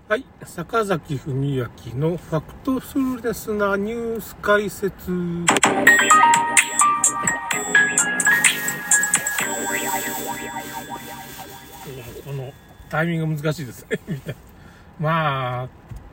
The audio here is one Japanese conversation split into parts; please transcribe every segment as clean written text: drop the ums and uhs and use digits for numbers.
はい、坂崎文明のファクトフルネスなニュース解説。このタイミング難しいですね。みたいな。ま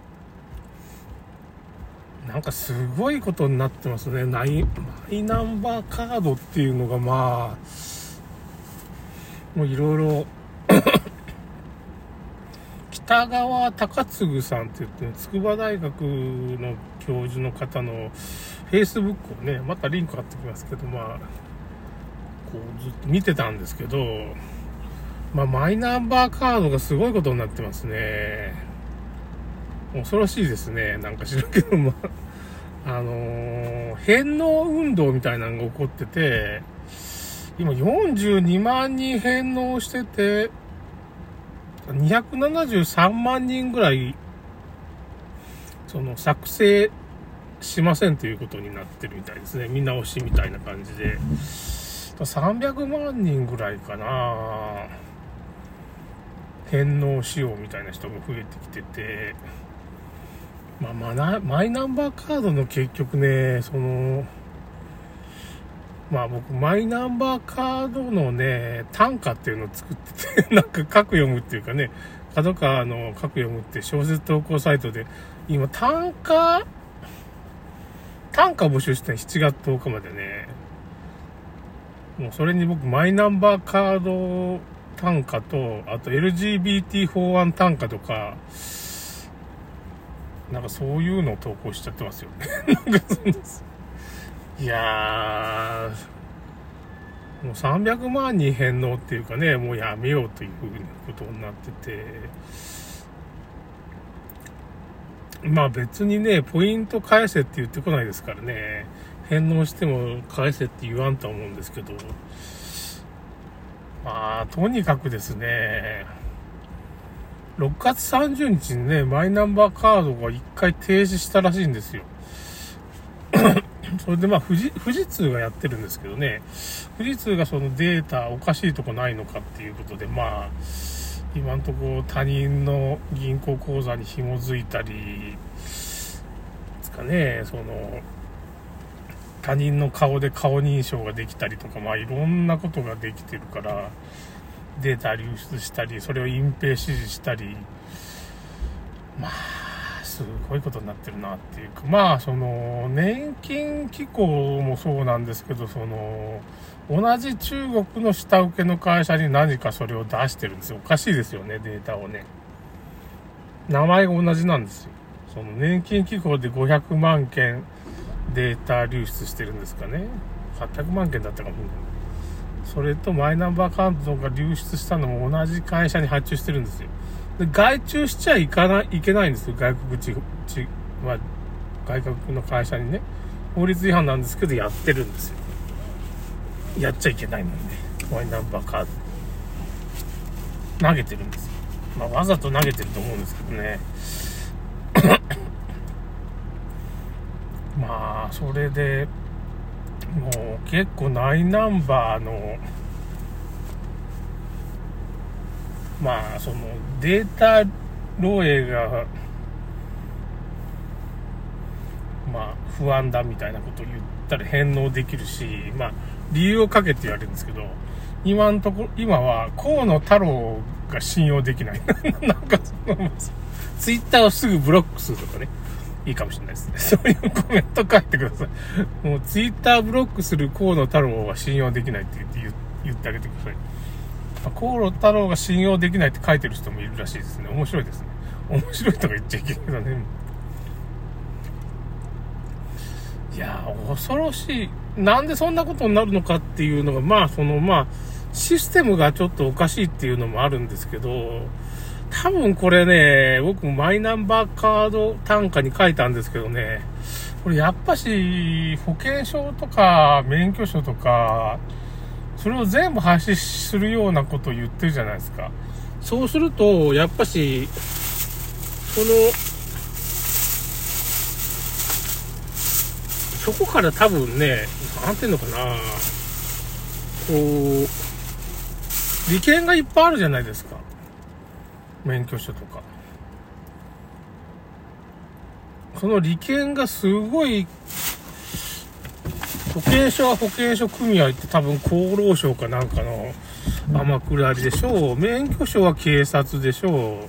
あ、なんかすごいことになってますね。マイナンバーカードっていうのがもういろいろ。北川隆次さんって言って、ね、筑波大学の教授の方の Facebook をね、またリンク貼ってきますけど、こうずっと見てたんですけど、マイナンバーカードがすごいことになってますね。恐ろしいですね。なんか知らんけど、返納運動みたいなのが起こってて、今42万人返納してて、273万人ぐらい、作成しませんということになってるみたいですね。見直しみたいな感じで。300万人ぐらいかな。返納しようみたいな人が増えてきてて。マイナンバーカードの結局ね、僕、マイナンバーカードのね、単価っていうのを作ってて、なんか各読むっていうかね、角川の各読むって小説投稿サイトで、今単価募集して7月10日までね、もうそれに僕、マイナンバーカード単価と、あと LGBT 法案単価とか、なんかそういうのを投稿しちゃってますよね。なんかいやー、もう300万人返納っていうかね、もうやめようというふうなことになってて、別にね、ポイント返せって言ってこないですからね、返納しても返せって言わんとは思うんですけど、とにかくですね、6月30日にね、マイナンバーカードが1回停止したらしいんですよ。それで富士通がやってるんですけどね、富士通がそのデータおかしいとこないのかっていうことで、今のところ他人の銀行口座に紐づいたりですかね、他人の顔で顔認証ができたりとか、いろんなことができてるから、データ流出したり、それを隠蔽指示したり、すごいことになってるなっていうか、年金機構もそうなんですけど、同じ中国の下請けの会社に何かそれを出してるんですよ。おかしいですよね、データをね。名前が同じなんですよ。年金機構で500万件データ流出してるんですかね。800万件だったかもしれない。それとマイナンバーカードが流出したのも同じ会社に発注してるんですよ。で、外注しちゃいけないんですよ。外国の会社にね。法律違反なんですけど、やってるんですよ。やっちゃいけないのにね。マイナンバーカード。投げてるんですよ。わざと投げてると思うんですけどね。それで、もう結構マイナンバーの、データ漏洩が、不安だみたいなことを言ったら返納できるし、理由をかけって言われるんですけど、今は河野太郎が信用できない。なんかツイッターをすぐブロックするとかね、いいかもしれないですね。そういうコメント書いてください。もうツイッターブロックする河野太郎は信用できないって言ってあげてください。河野太郎が信用できないって書いてる人もいるらしいですね。面白いですね。面白いとか言っちゃいけないけどね。いやー、恐ろしい。なんでそんなことになるのかっていうのが、システムがちょっとおかしいっていうのもあるんですけど、多分これね、僕もマイナンバーカード単価に書いたんですけどね、これやっぱし保険証とか免許証とか、それを全部廃止するようなことを言ってるじゃないですか。そうすると、やっぱし、そこから多分ね、なんていうのかな、利権がいっぱいあるじゃないですか。免許証とか。 その利権がすごい、保険証は保険証組合って多分厚労省かなんかの天下りでしょう。免許証は警察でしょ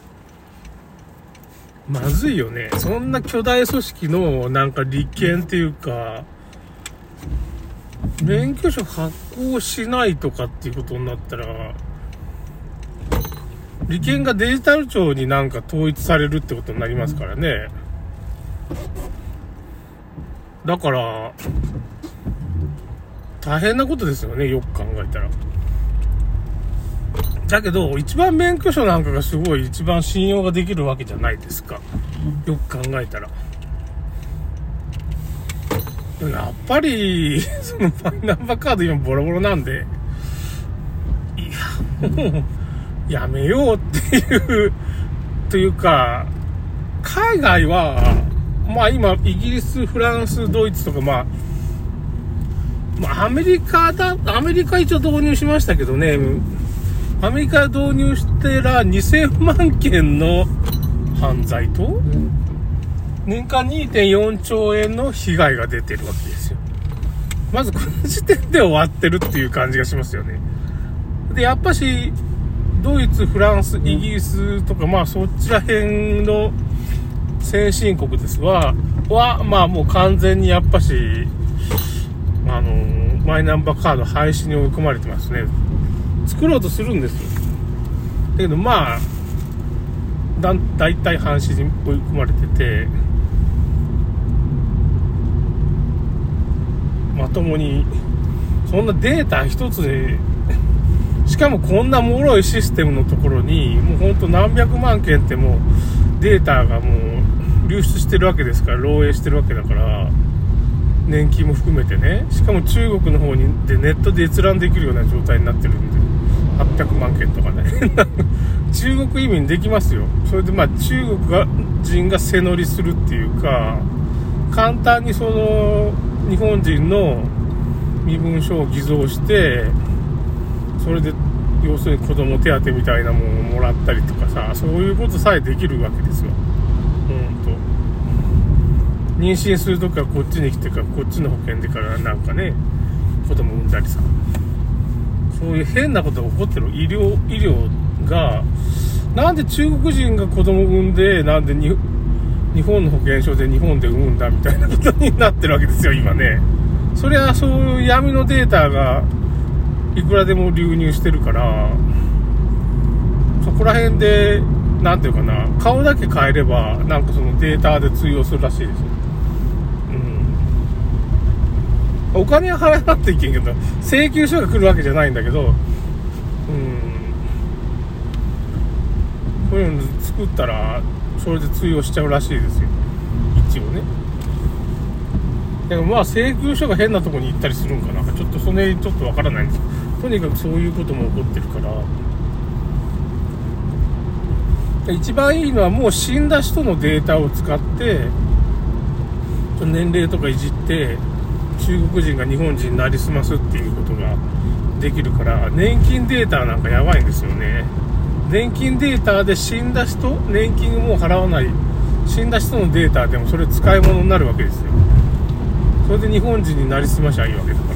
う。まずいよね。そんな巨大組織のなんか利権っていうか、免許証発行しないとかっていうことになったら、利権がデジタル庁になんか統一されるってことになりますからね。だから、大変なことですよね、よく考えたら。だけど、一番免許証なんかがすごい一番信用ができるわけじゃないですか。よく考えたら。やっぱり、そのマイナンバーカード今ボロボロなんで、いや、もう、やめようっていう、というか、海外は、まあ今、イギリス、フランス、ドイツとか、まあアメリカ一応導入しましたけどね、アメリカ導入してら2000万件の犯罪と、年間 2.4 兆円の被害が出てるわけですよ。まずこの時点で終わってるっていう感じがしますよね。で、やっぱし、ドイツ、フランス、イギリスとか、まあそっちら辺の先進国ですが、まあもう完全にやっぱし、マイナンバーカード廃止に追い込まれてますね。作ろうとするんですよ。だけどまあ、だいたい廃止に追い込まれてて、まともに、そんなデータ一つで、しかもこんな脆いシステムのところに、もうほんと何百万件ってもうデータがもう流出してるわけですから、漏洩してるわけだから、年金も含めてね、しかも中国の方にでネットで閲覧できるような状態になってるんで、800万件とかね中国移民できますよ。それでまあ中国人が背乗りするっていうか、簡単にその日本人の身分証を偽造して、それで要するに子供手当みたいなものをもらったりとかさ、そういうことさえできるわけですよ。妊娠するときはこっちに来てからこっちの保険でからなんかね、子供産んだりさ、そういう変なことが起こってる。医療がなんで中国人が子供産んで、なんで日本の保険証で日本で産むんだみたいなことになってるわけですよ今ね。それはそういう闇のデータがいくらでも流入してるから、そこら辺でなんていうかな、顔だけ変えればなんかそのデータで通用するらしいですよ。お金は払わなくていけんけど、請求書が来るわけじゃないんだけど、こういうの作ったらそれで通用しちゃうらしいですよ、一応ね。でもまあ請求書が変なとこに行ったりするんかな、ちょっとそれちょっとわからないんですけど、とにかくそういうことも起こってるから、一番いいのはもう死んだ人のデータを使って年齢とかいじって中国人が日本人になりすますっていうことができるから、年金データなんかやばいんですよね。年金データで死んだ人、年金をもう払わない死んだ人のデータでもそれ使い物になるわけですよ。それで日本人になりすましゃいいわけだから、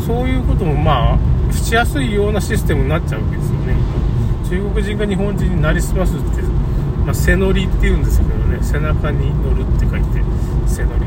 そういうこともまあしやすいようなシステムになっちゃうわけですよね。中国人が日本人になりすますって、まあ、背乗りって言うんですけどね、背中に乗るって書いて背乗りっていうね。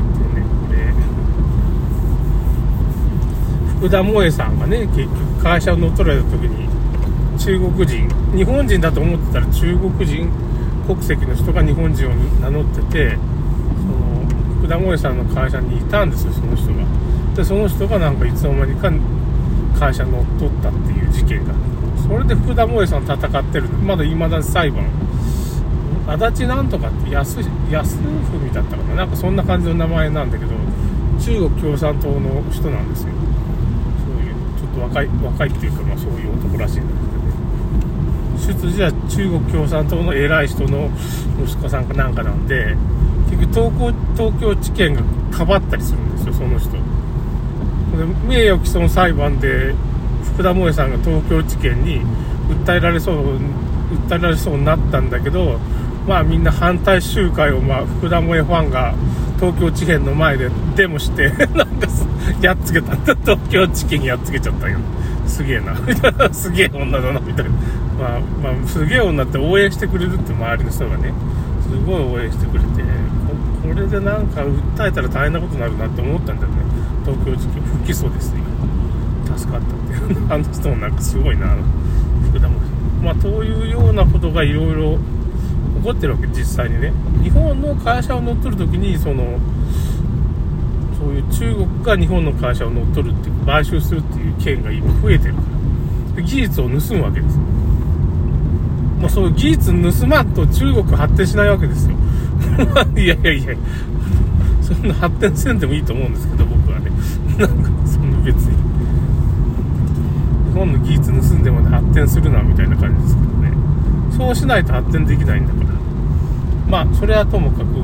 福田萌さんがね、結局会社を乗っ取られた時に中国人、日本人だと思ってたら中国人国籍の人が日本人を名乗ってて、その福田萌さんの会社にいたんですよ、その人が。でその人がなんかいつの間にか会社乗っ取ったっていう事件が、それで福田萌さん戦ってる。まだ未だに裁判、足立なんとかって安文だったかな、なんかそんな感じの名前なんだけど、中国共産党の人なんですよ。ちょっと若いっていうか、まあそういう男らしいんだけどね。出自は中国共産党の偉い人の息子さんかなんかなんで、結局東京地検がかばったりするんですよ、その人。で名誉毀損裁判で福田萌さんが東京地検に訴えられそうになったんだけど、 まあみんな反対集会を、まあ福田萌ファンが東京地検の前でデモしてなんかやっつけたんだ。東京地検にやっつけちゃったよ。すげえなすげえ女だなみたいな。まあすげえ女って応援してくれるって周りの人がねすごい応援してくれて、これでなんか訴えたら大変なことになるなって思ったんだよね。東京地検不起訴ですよ。助かったっていうあの人もなんかすごいな福田も。まあというようなことがいろいろ起こってるわけ。実際にね日本の会社を乗っ取るときにそういう中国が日本の会社を乗っ取るっていう買収するっていう件が今増えてるから技術を盗むわけですよ。もうそういう技術盗まんと中国発展しないわけですよいやそんな発展せんでもいいと思うんですけど僕はねなんかそんな別に日本の技術盗んでまで発展するなみたいな感じですけどね。そうしないと発展できないんだからまあそれはともかく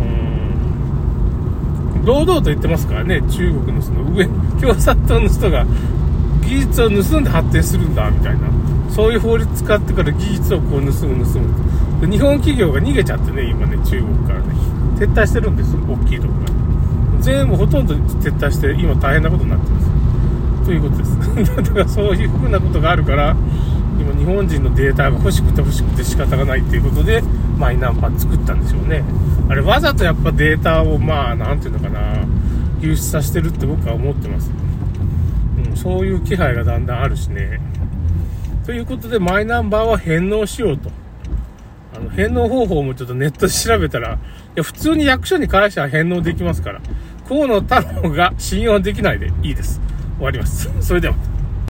堂々と言ってますからね。中国のその上共産党の人が技術を盗んで発展するんだみたいなそういう法律使ってから技術をこう盗むで日本企業が逃げちゃってね今ね中国からね撤退してるんですよ。大きいところが全部ほとんど撤退して今大変なことになってますということですだからそういうふうなことがあるから今日本人のデータが欲しくて仕方がないっていうことでマイナンバー作ったんでしょうね。あれわざとやっぱデータをまあなんていうのかな流出させてるって僕は思ってます、そういう気配がだんだんあるしね。ということでマイナンバーは返納しようと。返納方法もちょっとネットで調べたら普通に役所に返したら返納できますから河野太郎が信用できないでいいです。終わります。それでは。